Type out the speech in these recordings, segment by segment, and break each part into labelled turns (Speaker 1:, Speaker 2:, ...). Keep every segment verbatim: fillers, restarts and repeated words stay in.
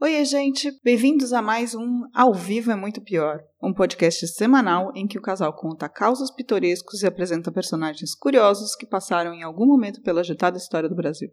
Speaker 1: Oi, gente! Bem-vindos a mais um Ao Vivo é Muito Pior, um podcast semanal em que o casal conta causos pitorescos e apresenta personagens curiosos que passaram em algum momento pela agitada história do Brasil.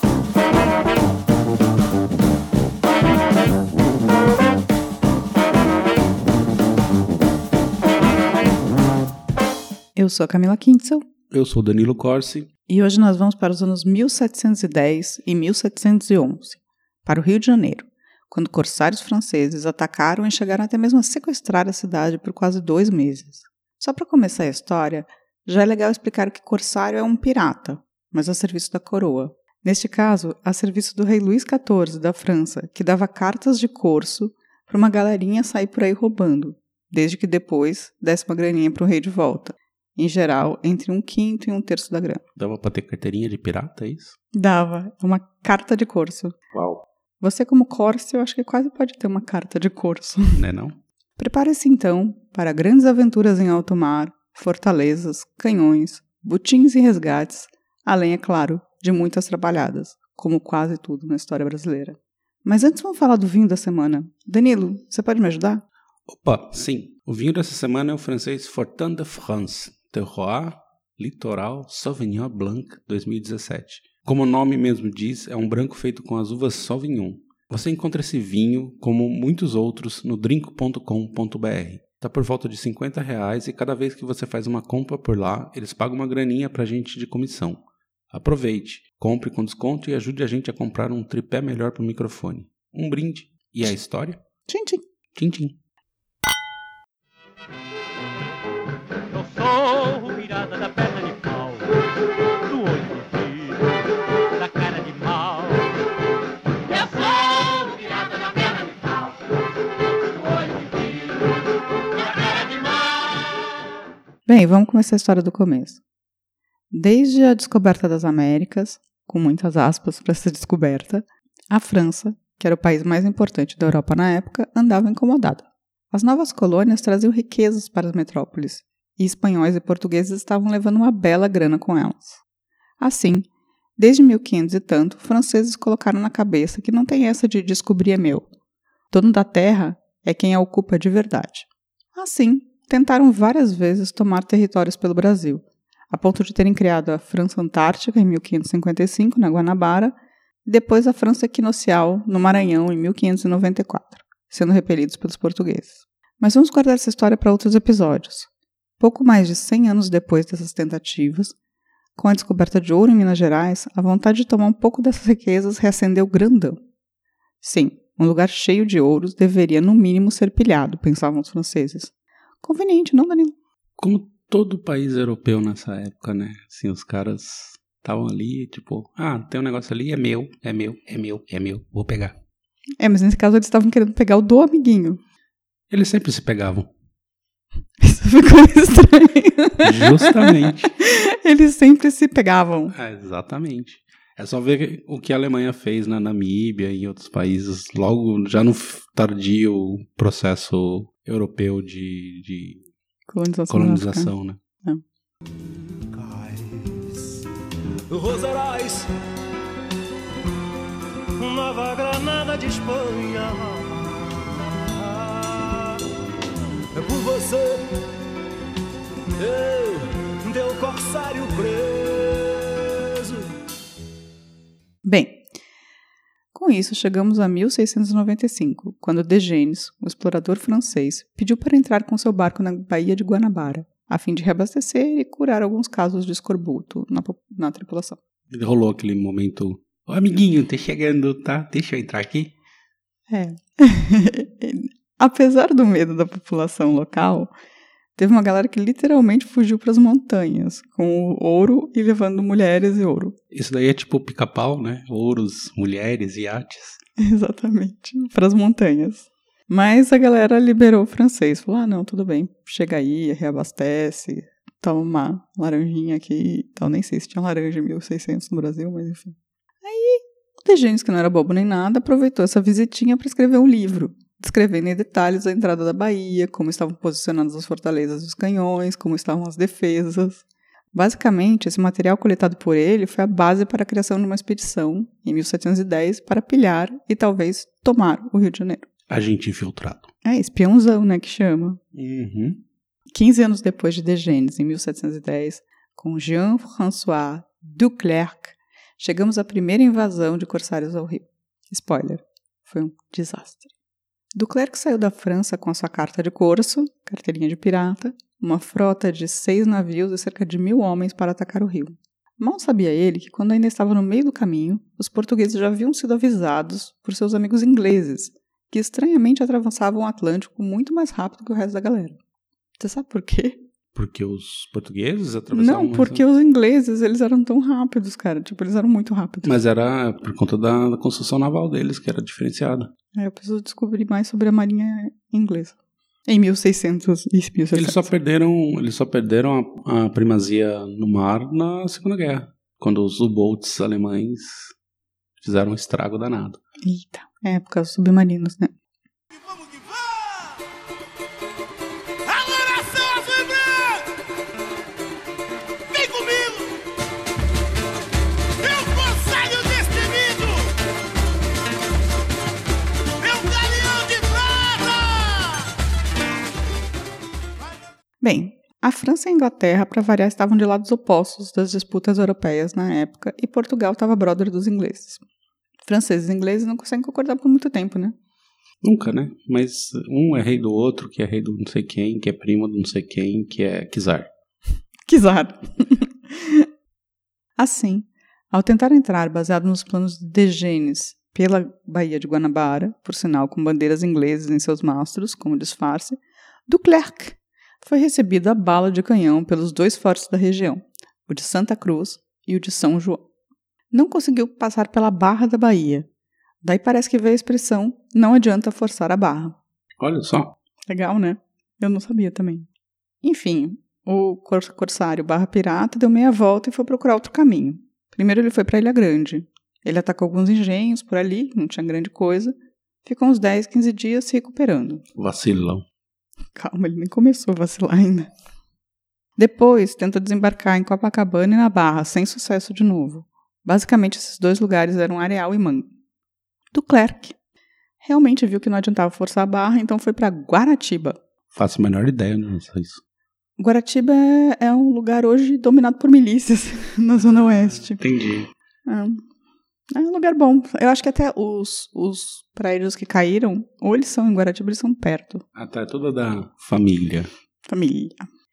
Speaker 1: Eu sou a Camila Kintzel.
Speaker 2: Eu sou o Danilo Corsi.
Speaker 1: E hoje nós vamos para os anos mil setecentos e dez e mil setecentos e onze, para o Rio de Janeiro, quando corsários franceses atacaram e chegaram até mesmo a sequestrar a cidade por quase dois meses. Só para começar a história, já é legal explicar que corsário é um pirata, mas a serviço da coroa. Neste caso, a serviço do rei Luís quatorze da França, que dava cartas de corso para uma galerinha sair por aí roubando, desde que depois desse uma graninha para o rei de volta. Em geral, entre um quinto e um terço da grana.
Speaker 2: Dava pra ter carteirinha de pirata, é isso?
Speaker 1: Dava, uma carta de corso.
Speaker 2: Uau!
Speaker 1: Você como corso, eu acho que quase pode ter uma carta de corso.
Speaker 2: Né não?
Speaker 1: Prepare-se então para grandes aventuras em alto mar, fortalezas, canhões, botins e resgates, além, é claro, de muitas trabalhadas, como quase tudo na história brasileira. Mas antes vamos falar do vinho da semana. Danilo, você pode me ajudar?
Speaker 2: Opa, sim. O vinho dessa semana é o francês Fortin de France, Terroir Litoral Sauvignon Blanc dois mil e dezessete. Como o nome mesmo diz, é um branco feito com as uvas Sauvignon. Você encontra esse vinho, como muitos outros, no drink ponto com ponto b r. Está por volta de cinquenta reais e cada vez que você faz uma compra por lá, eles pagam uma graninha pra gente de comissão. Aproveite, compre com desconto e ajude a gente a comprar um tripé melhor pro microfone. Um brinde. E a história?
Speaker 1: Tchim, tchim.
Speaker 2: Tchim, tchim.
Speaker 3: Eu sou o mirada da perna de pau, do olho bandido, da cara de mal. Eu sou o mirada da perna de pau, do olho bandido, da cara de mal.
Speaker 1: Bem, vamos começar a história do começo. Desde a descoberta das Américas, com muitas aspas para essa descoberta, a França, que era o país mais importante da Europa na época, andava incomodada. As novas colônias traziam riquezas para as metrópoles, e espanhóis e portugueses estavam levando uma bela grana com elas. Assim, desde mil e quinhentos e tanto, franceses colocaram na cabeça que não tem essa de descobrir é meu. Dono da terra é quem a ocupa de verdade. Assim, tentaram várias vezes tomar territórios pelo Brasil, a ponto de terem criado a França Antártica em mil quinhentos e cinquenta e cinco, na Guanabara, e depois a França Equinocial, no Maranhão, em mil quinhentos e noventa e quatro. Sendo repelidos pelos portugueses. Mas vamos guardar essa história para outros episódios. Pouco mais de cem anos depois dessas tentativas, com a descoberta de ouro em Minas Gerais, a vontade de tomar um pouco dessas riquezas reacendeu grandão. Sim, um lugar cheio de ouros deveria no mínimo ser pilhado, pensavam os franceses. Conveniente, não, Danilo?
Speaker 2: Como todo país europeu nessa época, né? Assim, os caras estavam ali, tipo, ah, tem um negócio ali, é meu, é meu, é meu, é meu, vou pegar.
Speaker 1: É, mas nesse caso eles estavam querendo pegar o do amiguinho.
Speaker 2: Eles sempre se pegavam.
Speaker 1: Isso ficou estranho.
Speaker 2: Justamente.
Speaker 1: Eles sempre se pegavam.
Speaker 2: É, exatamente. É só ver o que a Alemanha fez na Namíbia e em outros países, logo já no tardio processo europeu de, de
Speaker 1: colonização,
Speaker 2: colonização né?
Speaker 1: É.
Speaker 3: Roserais, Nova Granada de Espanha. É por você, eu, teu corsário preso.
Speaker 1: Bem, com isso chegamos a mil seiscentos e noventa e cinco, quando Degennes, o explorador francês, pediu para entrar com seu barco na Baía de Guanabara, a fim de reabastecer e curar alguns casos de escorbuto na, na tripulação.
Speaker 2: Rolou aquele momento, ô amiguinho, tá chegando, tá? Deixa eu entrar aqui.
Speaker 1: É. Apesar do medo da população local, teve uma galera que literalmente fugiu para as montanhas, com o ouro e levando mulheres e ouro.
Speaker 2: Isso daí é tipo pica-pau, né? Ouros, mulheres, iates.
Speaker 1: Exatamente, para as montanhas. Mas a galera liberou o francês. Falou, ah, não, tudo bem, chega aí, reabastece, toma uma laranjinha aqui. Então, nem sei se tinha laranja em mil e seiscentos no Brasil, mas enfim. Aí, o Degennes, que não era bobo nem nada, aproveitou essa visitinha para escrever um livro, descrevendo em detalhes a entrada da Bahia, como estavam posicionadas as fortalezas e os canhões, como estavam as defesas. Basicamente, esse material coletado por ele foi a base para a criação de uma expedição, em mil setecentos e dez, para pilhar e talvez tomar o Rio de Janeiro.
Speaker 2: Agente infiltrado.
Speaker 1: É, espiãozão, né, que chama.
Speaker 2: Uhum.
Speaker 1: quinze anos depois de Desgenes, em mil setecentos e dez, com Jean-François Duclerc, chegamos à primeira invasão de corsários ao Rio. Spoiler, foi um desastre. Duclerc saiu da França com a sua carta de corso, carteirinha de pirata, uma frota de seis navios e cerca de mil homens para atacar o rio. Mal sabia ele que, quando ainda estava no meio do caminho, os portugueses já haviam sido avisados por seus amigos ingleses, que estranhamente atravessavam o Atlântico muito mais rápido que o resto da galera. Você sabe por quê?
Speaker 2: Porque os portugueses atravessavam...
Speaker 1: Não, porque os ingleses, eles eram tão rápidos, cara. Tipo, eles eram muito rápidos.
Speaker 2: Mas era por conta da, da construção naval deles, que era diferenciada.
Speaker 1: É, eu preciso descobrir mais sobre a marinha inglesa. Em mil e seiscentos e mil e setecentos.
Speaker 2: Eles só perderam, eles só perderam a, a primazia no mar na Segunda Guerra, quando os U-boats alemães fizeram um estrago danado.
Speaker 1: Eita, é, por causa dos submarinos, né?
Speaker 4: Vamos que vamos! Agora são as branco! Vem comigo! Meu corsário destemido! Meu galeão de prata!
Speaker 1: Bem, a França e a Inglaterra, para variar, estavam de lados opostos das disputas europeias na época e Portugal estava brother dos ingleses. Franceses e ingleses não conseguem concordar por muito tempo, né?
Speaker 2: Nunca, né? Mas um é rei do outro, que é rei do não sei quem, que é primo do não sei quem, que é czar.
Speaker 1: Czar. Assim, ao tentar entrar baseado nos planos de Desgenes pela Baía de Guanabara, por sinal com bandeiras inglesas em seus mastros, como disfarce, Duclerc foi recebido a bala de canhão pelos dois fortes da região, o de Santa Cruz e o de São João. Não conseguiu passar pela barra da Bahia. Daí parece que veio a expressão, não adianta forçar a barra.
Speaker 2: Olha só.
Speaker 1: Legal, né? Eu não sabia também. Enfim, o corsário barra pirata deu meia volta e foi procurar outro caminho. Primeiro ele foi para Ilha Grande. Ele atacou alguns engenhos por ali, não tinha grande coisa. Ficou uns dez, quinze dias se recuperando.
Speaker 2: Vacilão.
Speaker 1: Calma, ele nem começou a vacilar ainda. Depois tentou desembarcar em Copacabana e na Barra, sem sucesso de novo. Basicamente, esses dois lugares eram Areal e Mangue. Duclerc realmente viu que não adiantava forçar a barra, então foi para Guaratiba.
Speaker 2: Faço a menor ideia, não sei isso.
Speaker 1: Guaratiba é, é um lugar hoje dominado por milícias, na Zona Oeste.
Speaker 2: Entendi.
Speaker 1: É, é um lugar bom. Eu acho que até os, os prédios que caíram, ou eles são em Guaratiba, eles são perto.
Speaker 2: Ah, tá. É toda da família.
Speaker 1: Família.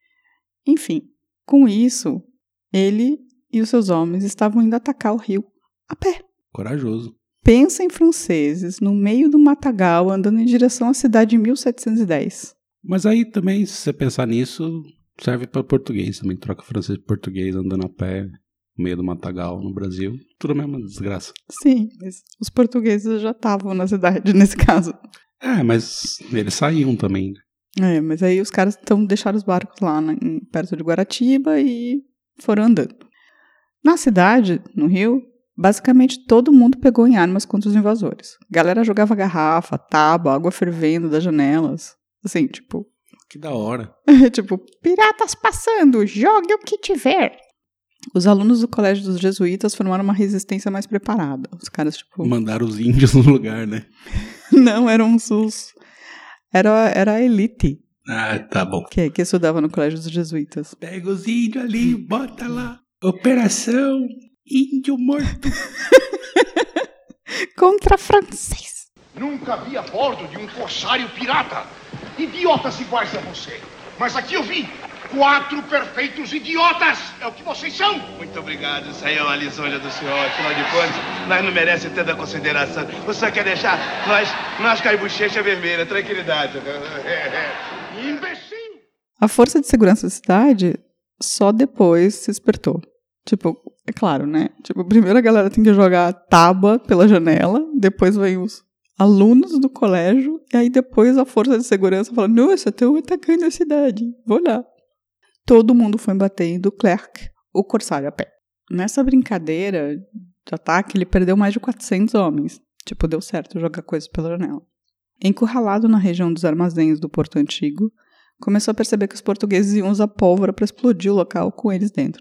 Speaker 1: Enfim, com isso, ele e os seus homens estavam indo atacar o rio a pé.
Speaker 2: Corajoso.
Speaker 1: Pensa em franceses no meio do matagal andando em direção à cidade em mil setecentos e dez.
Speaker 2: Mas aí também, se você pensar nisso, serve para português também. Troca francês e português andando a pé no meio do matagal no Brasil. Tudo a mesma desgraça.
Speaker 1: Sim, mas os portugueses já estavam na cidade nesse caso.
Speaker 2: É, mas eles saíam também.
Speaker 1: É, mas aí os caras então deixaram os barcos lá na, em, perto de Guaratiba e foram andando. Na cidade, no Rio, basicamente todo mundo pegou em armas contra os invasores. A galera jogava garrafa, tábua, água fervendo das janelas. Assim, tipo...
Speaker 2: Que da hora.
Speaker 1: tipo, piratas passando, jogue o que tiver. Os alunos do colégio dos jesuítas formaram uma resistência mais preparada. Os caras, tipo...
Speaker 2: Mandaram os índios no lugar, né?
Speaker 1: Não, eram os... Era, era a elite.
Speaker 2: Ah, tá bom.
Speaker 1: Que, que estudava no colégio dos jesuítas.
Speaker 2: Pega os índios ali, bota lá. Operação Índio Morto.
Speaker 1: Contra francês.
Speaker 4: Nunca vi a bordo de um corsário pirata. Idiotas iguais a você. Mas aqui eu vi quatro perfeitos idiotas. É o que vocês são.
Speaker 5: Muito obrigado. Isso aí é uma lisonja do senhor. Afinal de contas, nós não merecemos tanta consideração. O senhor quer deixar nós, nós com a bochecha vermelha. Tranquilidade.
Speaker 4: Imbecil.
Speaker 1: A força de segurança da cidade só depois se despertou. Tipo, é claro, né? Tipo, primeiro a galera tem que jogar tábua pela janela, depois vem os alunos do colégio, e aí depois a força de segurança fala, nossa, estão atacando a cidade, vou lá. Todo mundo foi bater em Duclerc, o corsário a pé. Nessa brincadeira de ataque, ele perdeu mais de quatrocentos homens. Tipo, deu certo jogar coisas pela janela. Encurralado na região dos armazéns do Porto Antigo, começou a perceber que os portugueses iam usar pólvora para explodir o local com eles dentro.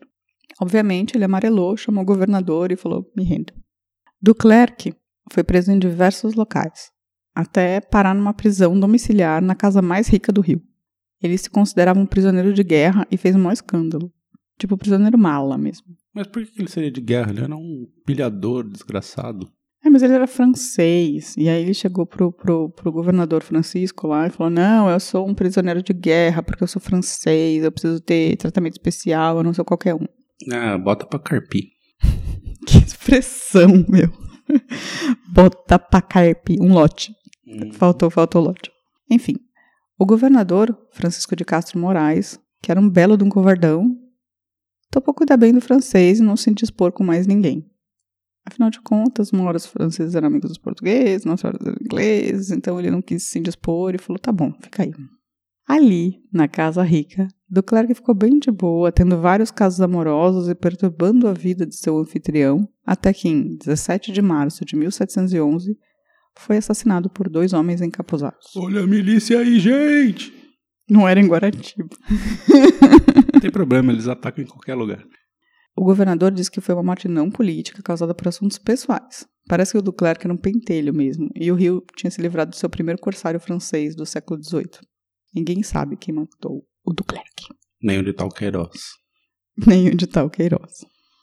Speaker 1: Obviamente, ele amarelou, chamou o governador e falou, me rendo. Duclerc foi preso em diversos locais, até parar numa prisão domiciliar na casa mais rica do Rio. Ele se considerava um prisioneiro de guerra e fez um maior escândalo. Tipo, prisioneiro mala mesmo.
Speaker 2: Mas por que ele seria de guerra? Ele era um pilhador desgraçado.
Speaker 1: É, mas ele era francês. E aí ele chegou pro, pro, pro governador Francisco lá e falou, não, eu sou um prisioneiro de guerra porque eu sou francês, eu preciso ter tratamento especial, eu não sou qualquer um.
Speaker 2: Ah, bota pra carpir.
Speaker 1: Que expressão, meu. Bota pra carpir. Um lote. Hum. Faltou, faltou lote. Enfim, o governador Francisco de Castro Moraes, que era um belo de um covardão, topou cuidar bem do francês e não se dispor com mais ninguém. Afinal de contas, uma hora os franceses eram amigos dos portugueses, outra hora dos ingleses, então ele não quis se dispor e falou, tá bom, fica aí. Ali, na casa rica, Duclerc ficou bem de boa, tendo vários casos amorosos e perturbando a vida de seu anfitrião, até que em dezessete de março de mil setecentos e onze, foi assassinado por dois homens encapuzados.
Speaker 2: Olha a milícia aí, gente!
Speaker 1: Não era em Guaratiba.
Speaker 2: Não tem problema, eles atacam em qualquer lugar.
Speaker 1: O governador disse que foi uma morte não política causada por assuntos pessoais. Parece que o Duclerc era um pentelho mesmo, e o Rio tinha se livrado do seu primeiro corsário francês do século dezoito. Ninguém sabe quem matou o Duclerc.
Speaker 2: Nem onde tá o Queiroz.
Speaker 1: Nem onde tá o Queiroz.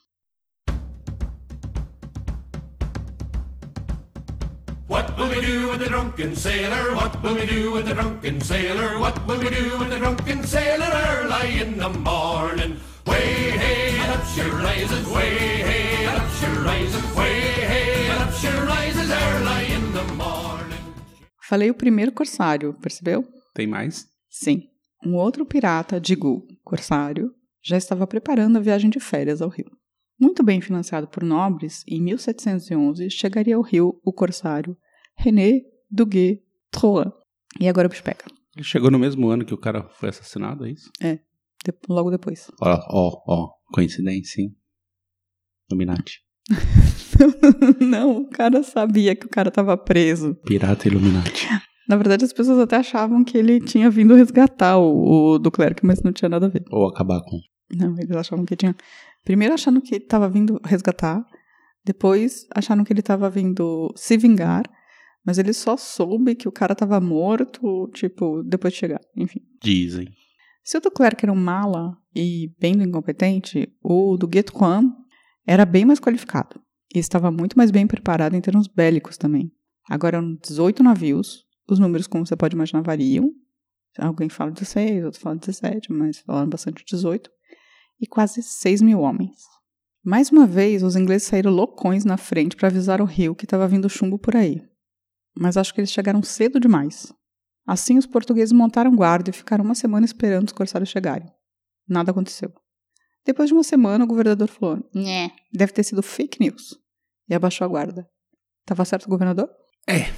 Speaker 6: What will we do with the drunken sailor? What will we do with the drunken sailor? What will we do with the drunken sailor early in the morning? Way hey, and up she rises, way hey, and up she rises, way hey, and up she rises early in the morning.
Speaker 1: Falei o primeiro corsário, percebeu?
Speaker 2: Tem mais?
Speaker 1: Sim. Um outro pirata, digo, corsário, já estava preparando a viagem de férias ao Rio. Muito bem financiado por nobres, em mil setecentos e onze chegaria ao Rio o corsário René Duguay Trouin. E agora o bicho pega.
Speaker 2: Ele chegou no mesmo ano que o cara foi assassinado, é isso?
Speaker 1: É, de- logo depois.
Speaker 2: Ó, ó, ó, coincidência, hein? Illuminati.
Speaker 1: Não, o cara sabia que o cara estava preso.
Speaker 2: Pirata Illuminati.
Speaker 1: Na verdade, as pessoas até achavam que ele tinha vindo resgatar o, o Duclerc, mas não tinha nada a ver.
Speaker 2: Ou acabar com.
Speaker 1: Não, eles achavam que tinha... Primeiro achando que ele estava vindo resgatar, depois acharam que ele estava vindo se vingar, mas ele só soube que o cara estava morto, tipo, depois de chegar, enfim.
Speaker 2: Dizem.
Speaker 1: Se o Duclerc era um mala e bem incompetente, o Duguay Trouin era bem mais qualificado e estava muito mais bem preparado em termos bélicos também. Agora eram dezoito navios, os números, como você pode imaginar, variam. Alguém fala dezesseis, outro fala dezessete, mas falaram bastante dezoito. E quase seis mil homens. Mais uma vez, os ingleses saíram loucões na frente para avisar o Rio que estava vindo chumbo por aí. Mas acho que eles chegaram cedo demais. Assim, os portugueses montaram guarda e ficaram uma semana esperando os corsários chegarem. Nada aconteceu. Depois de uma semana, o governador falou, né, deve ter sido fake news. E abaixou a guarda. Tava certo o governador?
Speaker 2: É.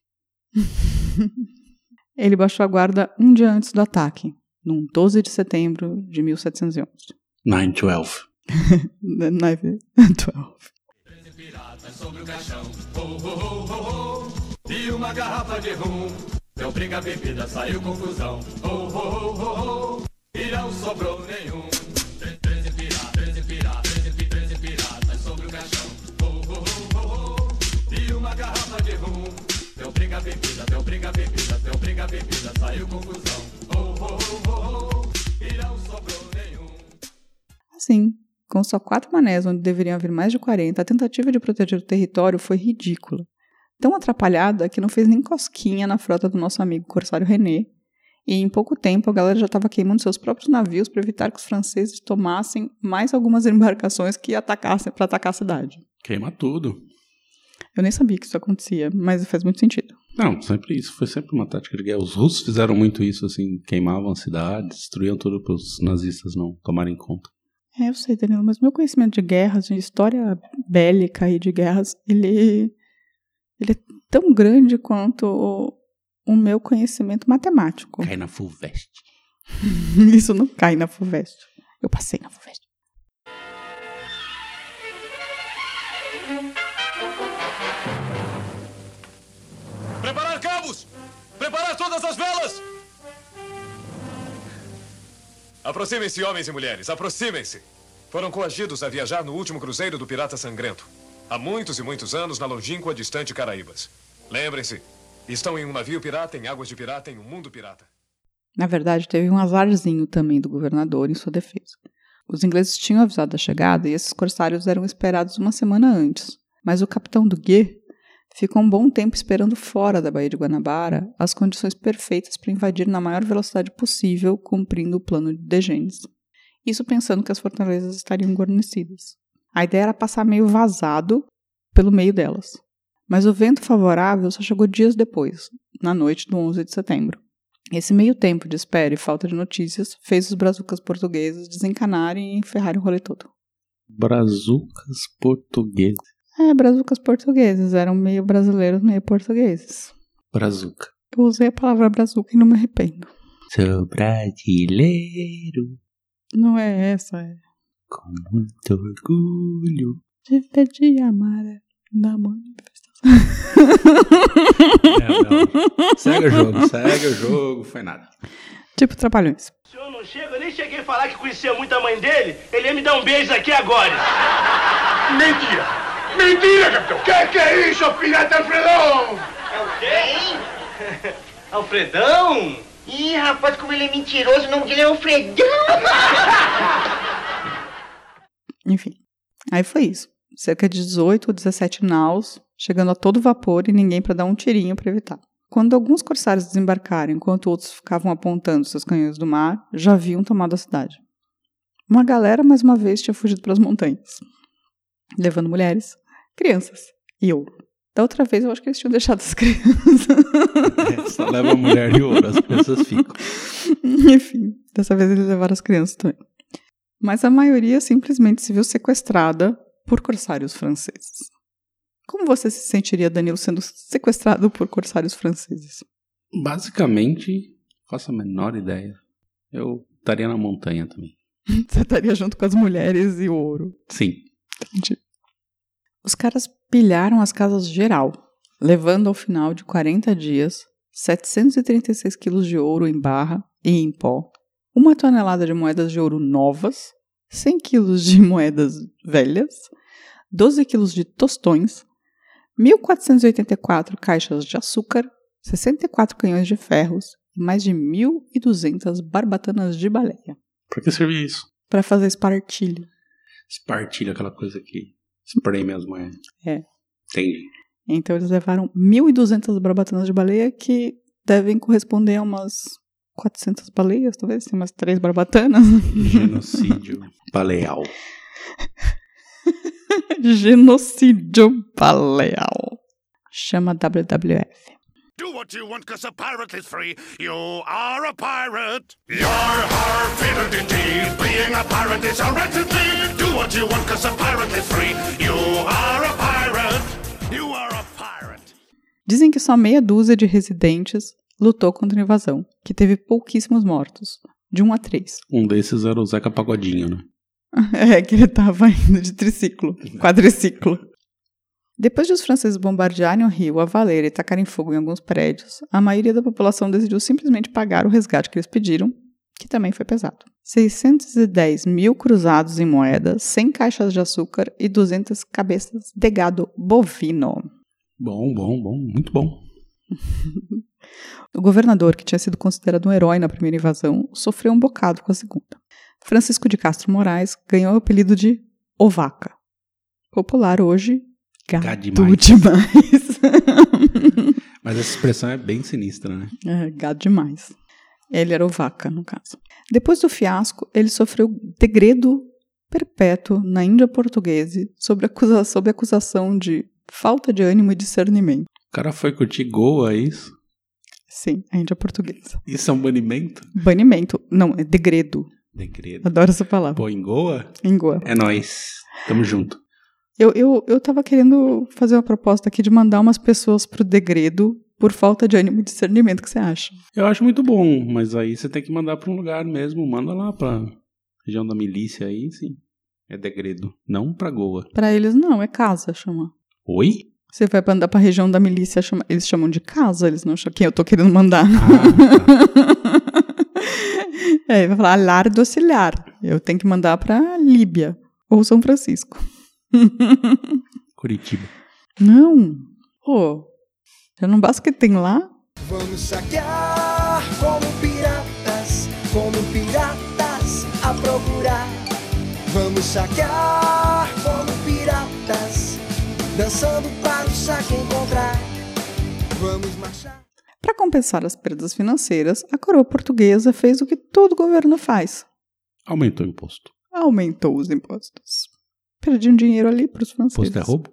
Speaker 1: Ele baixou a guarda um dia antes do ataque, num doze de setembro de mil setecentos e onze.
Speaker 2: nove doze.
Speaker 1: nove doze.
Speaker 6: Treze piratas sobre o caixão, oh, oh, oh, oh, oh. E uma garrafa de rum. Deu brinca, bebida, saiu confusão, oh, oh, oh, oh, oh. E não sobrou nenhum. Treze piratas, treze piratas, treze, treze piratas sobre o caixão, oh, oh, oh, oh, oh. E uma garrafa de rum. Deu brinca, bebida, deu brinca, bebida, deu brinca, bebida, saiu confusão, oh, oh, oh, oh, oh. E não sobrou nenhum.
Speaker 1: Assim, com só quatro manés onde deveriam haver mais de quarenta, a tentativa de proteger o território foi ridícula. Tão atrapalhada que não fez nem cosquinha na frota do nosso amigo corsário René, e em pouco tempo a galera já estava queimando seus próprios navios para evitar que os franceses tomassem mais algumas embarcações que atacassem para atacar a cidade.
Speaker 2: Queima tudo.
Speaker 1: Eu nem sabia que isso acontecia, mas faz muito sentido.
Speaker 2: Não, sempre isso. Foi sempre uma tática de guerra. Os russos fizeram muito isso, assim, queimavam a cidade, destruíam tudo para os nazistas não tomarem conta.
Speaker 1: É, eu sei, Danilo, mas meu conhecimento de guerras, de história bélica e de guerras, ele, ele é tão grande quanto o, o meu conhecimento matemático.
Speaker 2: Cai na FUVEST.
Speaker 1: Isso não cai na FUVEST. Eu passei na FUVEST.
Speaker 6: Preparar cabos! Preparar todas as velas! Aproximem-se, homens e mulheres, aproximem-se!
Speaker 7: Foram coagidos a viajar no último cruzeiro do Pirata Sangrento. Há muitos e muitos anos na longínqua distante Caraíbas. Lembrem-se, estão em um navio pirata, em águas de pirata, em um mundo pirata.
Speaker 1: Na verdade, teve um azarzinho também do governador em sua defesa. Os ingleses tinham avisado da chegada e esses corsários eram esperados uma semana antes. Mas o capitão do Gué ficou um bom tempo esperando fora da Baía de Guanabara as condições perfeitas para invadir na maior velocidade possível, cumprindo o plano de Degênes. Isso pensando que as fortalezas estariam guarnecidas. A ideia era passar meio vazado pelo meio delas. Mas o vento favorável só chegou dias depois, na noite do onze de setembro. Esse meio tempo de espera e falta de notícias fez os brazucas portugueses desencanarem e enferrarem o rolê todo.
Speaker 2: Brazucas portugueses?
Speaker 1: É, brazucas portugueses. Eram meio brasileiros, meio portugueses.
Speaker 2: Brazuca.
Speaker 1: Eu usei a palavra brazuca e não me arrependo.
Speaker 2: Sou brasileiro.
Speaker 1: Não é essa, é.
Speaker 2: Com muito orgulho.
Speaker 1: De ver de amar na manifestação.
Speaker 2: É, não. Segue o jogo, segue o jogo, foi nada.
Speaker 1: Tipo Trapalhões.
Speaker 5: O senhor não chega, eu nem cheguei a falar que conhecia muito a mãe dele. Ele ia me dar um beijo aqui agora.
Speaker 4: Mentira! Mentira, capitão! Que que é isso, pirata Alfredão?
Speaker 5: É o quê? Alfredão?
Speaker 8: Ih, rapaz, como ele é mentiroso, o nome dele é Alfredão.
Speaker 1: Enfim, aí foi isso. Cerca de dezoito ou dezessete naus, chegando a todo vapor e ninguém para dar um tirinho para evitar. Quando alguns corsários desembarcaram, enquanto outros ficavam apontando seus canhões do mar, já haviam tomado a cidade. Uma galera, mais uma vez, tinha fugido pelas montanhas, levando mulheres, crianças e ouro. Da outra vez, eu acho que eles tinham deixado as crianças.
Speaker 2: É, só leva a mulher e ouro, as crianças ficam.
Speaker 1: Enfim, dessa vez eles levaram as crianças também. Mas a maioria simplesmente se viu sequestrada por corsários franceses. Como você se sentiria, Danilo, sendo sequestrado por corsários franceses?
Speaker 2: Basicamente, faço a menor ideia. Eu estaria na montanha também.
Speaker 1: Você estaria junto com as mulheres e o ouro.
Speaker 2: Sim.
Speaker 1: Entendi. Os caras pilharam as casas geral, levando ao final de quarenta dias setecentos e trinta e seis quilos de ouro em barra e em pó, uma tonelada de moedas de ouro novas, cem quilos de moedas velhas, doze quilos de tostões, mil quatrocentos e oitenta e quatro caixas de açúcar, sessenta e quatro canhões de ferros e mais de mil e duzentas barbatanas de baleia.
Speaker 2: Pra que servia isso?
Speaker 1: Para fazer espartilho.
Speaker 2: Espartilho, aquela coisa que espreme as moedas.
Speaker 1: É.
Speaker 2: Entendi.
Speaker 1: Então eles levaram mil e duzentas barbatanas de baleia que devem corresponder a umas quatrocentas baleias, talvez, tem umas três barbatanas.
Speaker 2: Genocídio baleal.
Speaker 1: Genocídio baleal. Chama W W F.
Speaker 4: Do what you want, cause a pirate is free. You are a pirate. You're har fiddled indeed. Being a pirate is a wretched deed. Do what you want, cause a pirate is free. You are a pirate. You are a pirate.
Speaker 1: Dizem que só meia dúzia de residentes lutou contra a invasão, que teve pouquíssimos mortos, de um a três.
Speaker 2: Um desses era o Zeca Pagodinho, né?
Speaker 1: É, que ele tava indo de triciclo, quadriciclo. Depois de os franceses bombardearem o rio a valer e tacarem fogo em alguns prédios, a maioria da população decidiu simplesmente pagar o resgate que eles pediram, que também foi pesado. seiscentos e dez mil cruzados em moedas, cem caixas de açúcar e duzentas cabeças de gado bovino.
Speaker 2: Bom, bom, bom, muito bom.
Speaker 1: O governador, que tinha sido considerado um herói na primeira invasão, sofreu um bocado com a segunda. Francisco de Castro Moraes ganhou o apelido de Ovaca. Popular hoje, gado,
Speaker 2: Gado
Speaker 1: demais.
Speaker 2: demais. Mas essa expressão é bem sinistra, né?
Speaker 1: É, gado demais. Ele era Ovaca, no caso. Depois do fiasco, ele sofreu degredo perpétuo na Índia Portuguesa sob acusa- sob acusação de falta de ânimo e discernimento.
Speaker 2: O cara foi curtir Goa, é isso?
Speaker 1: Sim, a Índia Portuguesa.
Speaker 2: Isso é um banimento?
Speaker 1: Banimento. Não, é degredo.
Speaker 2: Degredo.
Speaker 1: Adoro essa palavra.
Speaker 2: Pô, em Goa?
Speaker 1: Em Goa.
Speaker 2: É nóis. Tamo junto.
Speaker 1: Eu, eu, eu tava querendo fazer uma proposta aqui de mandar umas pessoas pro degredo por falta de ânimo e discernimento. O que você acha?
Speaker 2: Eu acho muito bom, mas aí você tem que mandar pra um lugar mesmo. Manda lá pra região da milícia aí, sim. É degredo. Não pra Goa.
Speaker 1: Pra eles não, é casa, chama.
Speaker 2: Oi?
Speaker 1: Você vai mandar pra região da milícia, chama, eles chamam de casa, eles não chamam quem eu tô querendo mandar.
Speaker 2: Ah, tá.
Speaker 1: É, vai falar lar dociliar. Eu tenho que mandar pra Líbia. ou São Francisco.
Speaker 2: Curitiba.
Speaker 1: Não. Pô, já não basta que tem lá?
Speaker 9: Vamos saquear como piratas, como piratas a procurar. Vamos saquear como piratas, dançando para o saque encontrar. Vamos marchar.
Speaker 1: Para compensar as perdas financeiras, a coroa portuguesa fez o que todo governo faz.
Speaker 2: Aumentou o imposto.
Speaker 1: Aumentou os impostos. Perdi um dinheiro ali para os franceses.
Speaker 2: Imposto é roubo?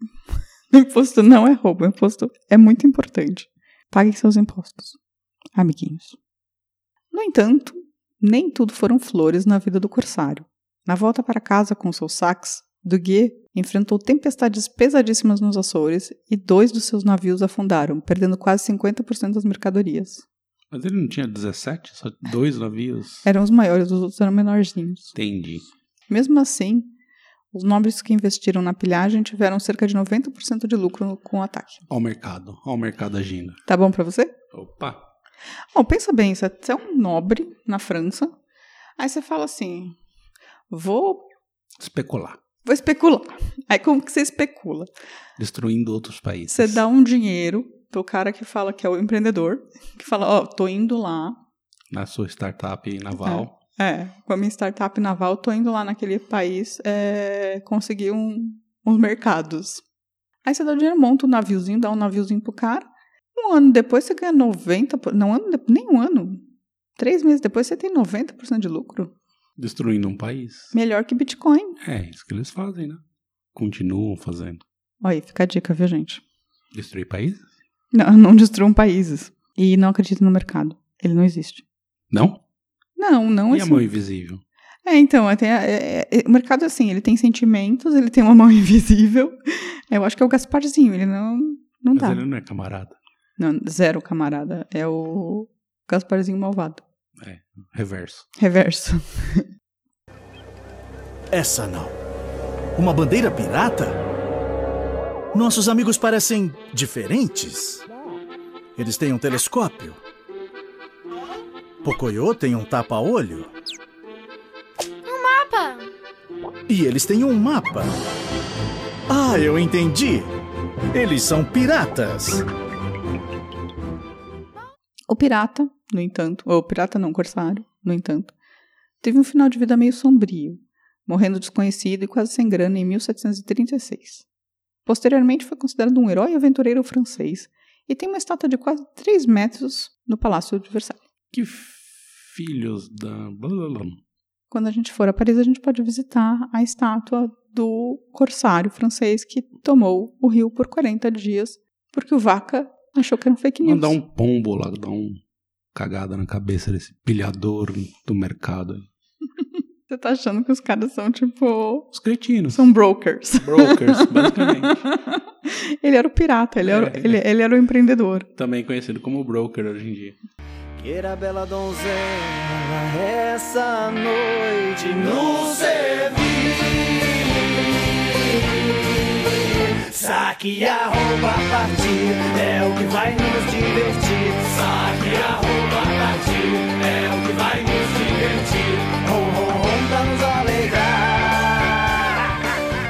Speaker 1: Imposto não é roubo, imposto é muito importante. Paguem seus impostos, amiguinhos. No entanto, nem tudo foram flores na vida do corsário. Na volta para casa com seus saques, Duguay enfrentou tempestades pesadíssimas nos Açores e dois dos seus navios afundaram, perdendo quase cinquenta por cento das mercadorias.
Speaker 2: Mas ele não tinha dezessete? Só dois navios?
Speaker 1: Eram os maiores, os outros eram menorzinhos.
Speaker 2: Entendi.
Speaker 1: Mesmo assim, os nobres que investiram na pilhagem tiveram cerca de noventa por cento de lucro com o ataque.
Speaker 2: Olha o mercado, olha o mercado agindo.
Speaker 1: Tá bom pra você?
Speaker 2: Opa!
Speaker 1: Bom, pensa bem, você é um nobre na França, aí você fala assim, vou...
Speaker 2: Especular.
Speaker 1: Vou especular. Aí como que você especula?
Speaker 2: Destruindo outros países.
Speaker 1: Você dá um dinheiro pro cara que fala que é o empreendedor, que fala, ó, oh, tô indo lá.
Speaker 2: Na sua startup naval.
Speaker 1: É, é, com a minha startup naval, tô indo lá naquele país é, conseguir um, uns mercados. Aí você dá o dinheiro, monta um naviozinho, dá um naviozinho pro cara. Um ano depois você ganha noventa por cento. Não, ano, nem um ano. Três meses depois você tem noventa por cento de lucro.
Speaker 2: Destruindo um país.
Speaker 1: Melhor que Bitcoin.
Speaker 2: É, isso que eles fazem, né? Continuam fazendo.
Speaker 1: Olha aí, fica a dica, viu, gente?
Speaker 2: Destruir países?
Speaker 1: Não, não destruam países. E não acreditem no mercado. Ele não existe.
Speaker 2: Não?
Speaker 1: Não, não
Speaker 2: E
Speaker 1: assim.
Speaker 2: a mão invisível?
Speaker 1: É, então, é, é, é, o mercado é assim, ele tem sentimentos, ele tem uma mão invisível. Eu acho que é o Gasparzinho, ele não, não
Speaker 2: Mas
Speaker 1: dá.
Speaker 2: ele não é camarada.
Speaker 1: Não, zero camarada. É o Gasparzinho malvado.
Speaker 2: É, reverso.
Speaker 1: Reverso.
Speaker 10: Essa não. Uma bandeira pirata? Nossos amigos parecem diferentes. Eles têm um telescópio. Pocoyo tem um tapa-olho.
Speaker 11: Um mapa!
Speaker 10: E eles têm um mapa. Ah, eu entendi. Eles são piratas.
Speaker 1: O pirata, no entanto, ou o pirata não, o corsário, no entanto, teve um final de vida meio sombrio, morrendo desconhecido e quase sem grana em mil setecentos e trinta e seis. Posteriormente foi considerado um herói aventureiro francês e tem uma estátua de quase três metros no Palácio de Versalhes.
Speaker 2: Que filhos da...
Speaker 1: Quando a gente for a Paris, a gente pode visitar a estátua do corsário francês que tomou o rio por quarenta dias, porque o Vaca achou que era um fake news.
Speaker 2: Mandar um pombo lá, dar um cagada na cabeça desse pilhador do mercado.
Speaker 1: Você tá achando que os caras são tipo...
Speaker 2: Os cretinos.
Speaker 1: São brokers.
Speaker 2: Brokers, basicamente.
Speaker 1: Ele era o pirata, ele, é. era, ele, ele era o empreendedor.
Speaker 2: Também conhecido como broker hoje em dia.
Speaker 9: Queira bela donzela, essa noite nos servir. Saque a roupa a partir, é o que vai nos divertir. Saque a roupa a partir, é o que vai nos divertir. Rom, rom, rom, pra nos alegrar.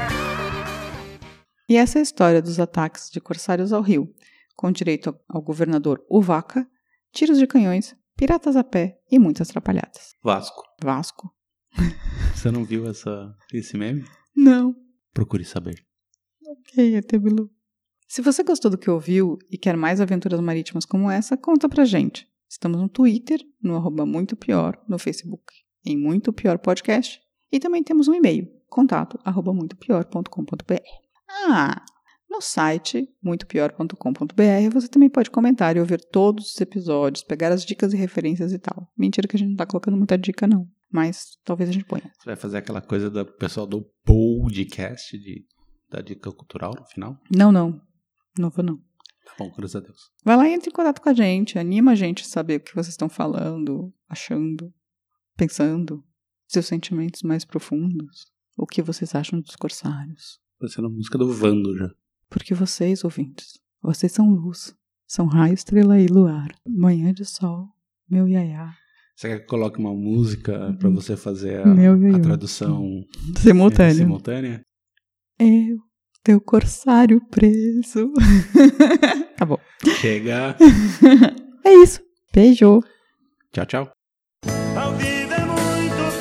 Speaker 1: E essa é a história dos ataques de corsários ao rio, com direito ao governador O Vaca, tiros de canhões, piratas a pé e muitas atrapalhadas.
Speaker 2: Vasco.
Speaker 1: Vasco.
Speaker 2: Você não viu essa, esse meme?
Speaker 1: Não.
Speaker 2: Procure saber.
Speaker 1: Ok, E T Bilu. Se você gostou do que ouviu e quer mais aventuras marítimas como essa, conta pra gente. Estamos no Twitter, no arroba Muito Pior, no Facebook, em Muito Pior Podcast, e também temos um e-mail, contato arroba muito pior ponto com ponto b r. Ah, no site muito pior ponto com ponto b r você também pode comentar e ouvir todos os episódios, pegar as dicas e referências e tal. Mentira que a gente não tá colocando muita dica, não. Mas talvez a gente ponha.
Speaker 2: Você vai fazer aquela coisa do pessoal do podcast, de, da dica cultural no final?
Speaker 1: Não, não. Não vou, não.
Speaker 2: Tá bom, graças a Deus.
Speaker 1: Vai lá e entre em contato com a gente. Anima a gente a saber o que vocês estão falando, achando, pensando. Seus sentimentos mais profundos. O que vocês acham dos corsários.
Speaker 2: Parecendo a música do Vando já.
Speaker 1: Porque vocês, ouvintes, vocês são luz. São raio, estrela e luar. Manhã de sol, meu iaiá.
Speaker 2: Você quer que eu coloque uma música pra você fazer a,
Speaker 1: Meu, meu,
Speaker 2: a
Speaker 1: meu.
Speaker 2: tradução
Speaker 1: Simultânea.
Speaker 2: é, simultânea?
Speaker 1: Eu, teu corsário preso. Tá bom.
Speaker 2: Chega.
Speaker 1: É isso. Beijo.
Speaker 2: Tchau, tchau.
Speaker 9: A vida é muito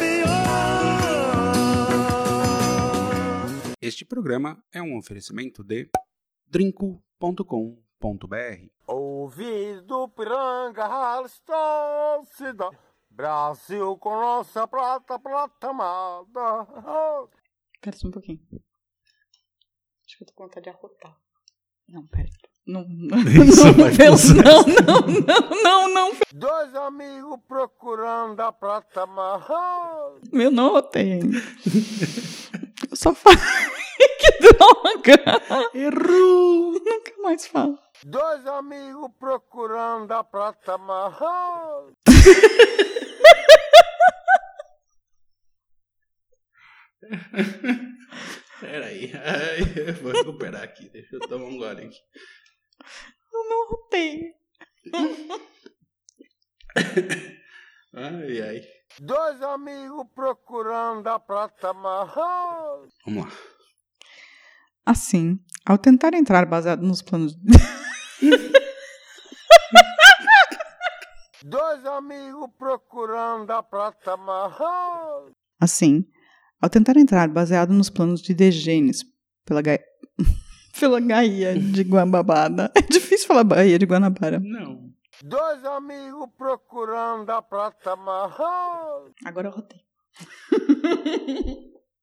Speaker 9: pior.
Speaker 2: Este programa é um oferecimento de drinco ponto com ponto b r.
Speaker 12: Ouvido Piranga, Halston, Cida, Brasil com nossa prata, prata amada.
Speaker 1: Espera só um pouquinho. Acho que eu tô com vontade de arrotar. Não, peraí. Não, não,
Speaker 2: Isso
Speaker 1: não,
Speaker 2: vai
Speaker 1: pensa,
Speaker 2: funcionar.
Speaker 1: não, não, não, não, não.
Speaker 12: Dois amigos procurando a prata amada.
Speaker 1: Meu, não rotei ainda. Eu só falo. Que droga!
Speaker 2: Errou!
Speaker 1: Nunca mais falo.
Speaker 12: Dois amigos procurando a prata amada.
Speaker 2: Peraí, ai, eu vou recuperar aqui. Deixa eu tomar um gole aqui.
Speaker 1: Eu não rotei.
Speaker 2: Ai, ai.
Speaker 12: Dois amigos procurando a prata amada.
Speaker 2: Vamos lá.
Speaker 1: Assim, ao tentar entrar baseado nos planos...
Speaker 12: Dois amigos procurando a prata amada.
Speaker 1: Assim, ao tentar entrar baseado nos planos de Diógenes pela, Ga... pela Gaia de Guanabara. É difícil falar Baía de Guanabara.
Speaker 2: Não.
Speaker 12: Dois amigos procurando a prata amada.
Speaker 1: Agora eu rotei.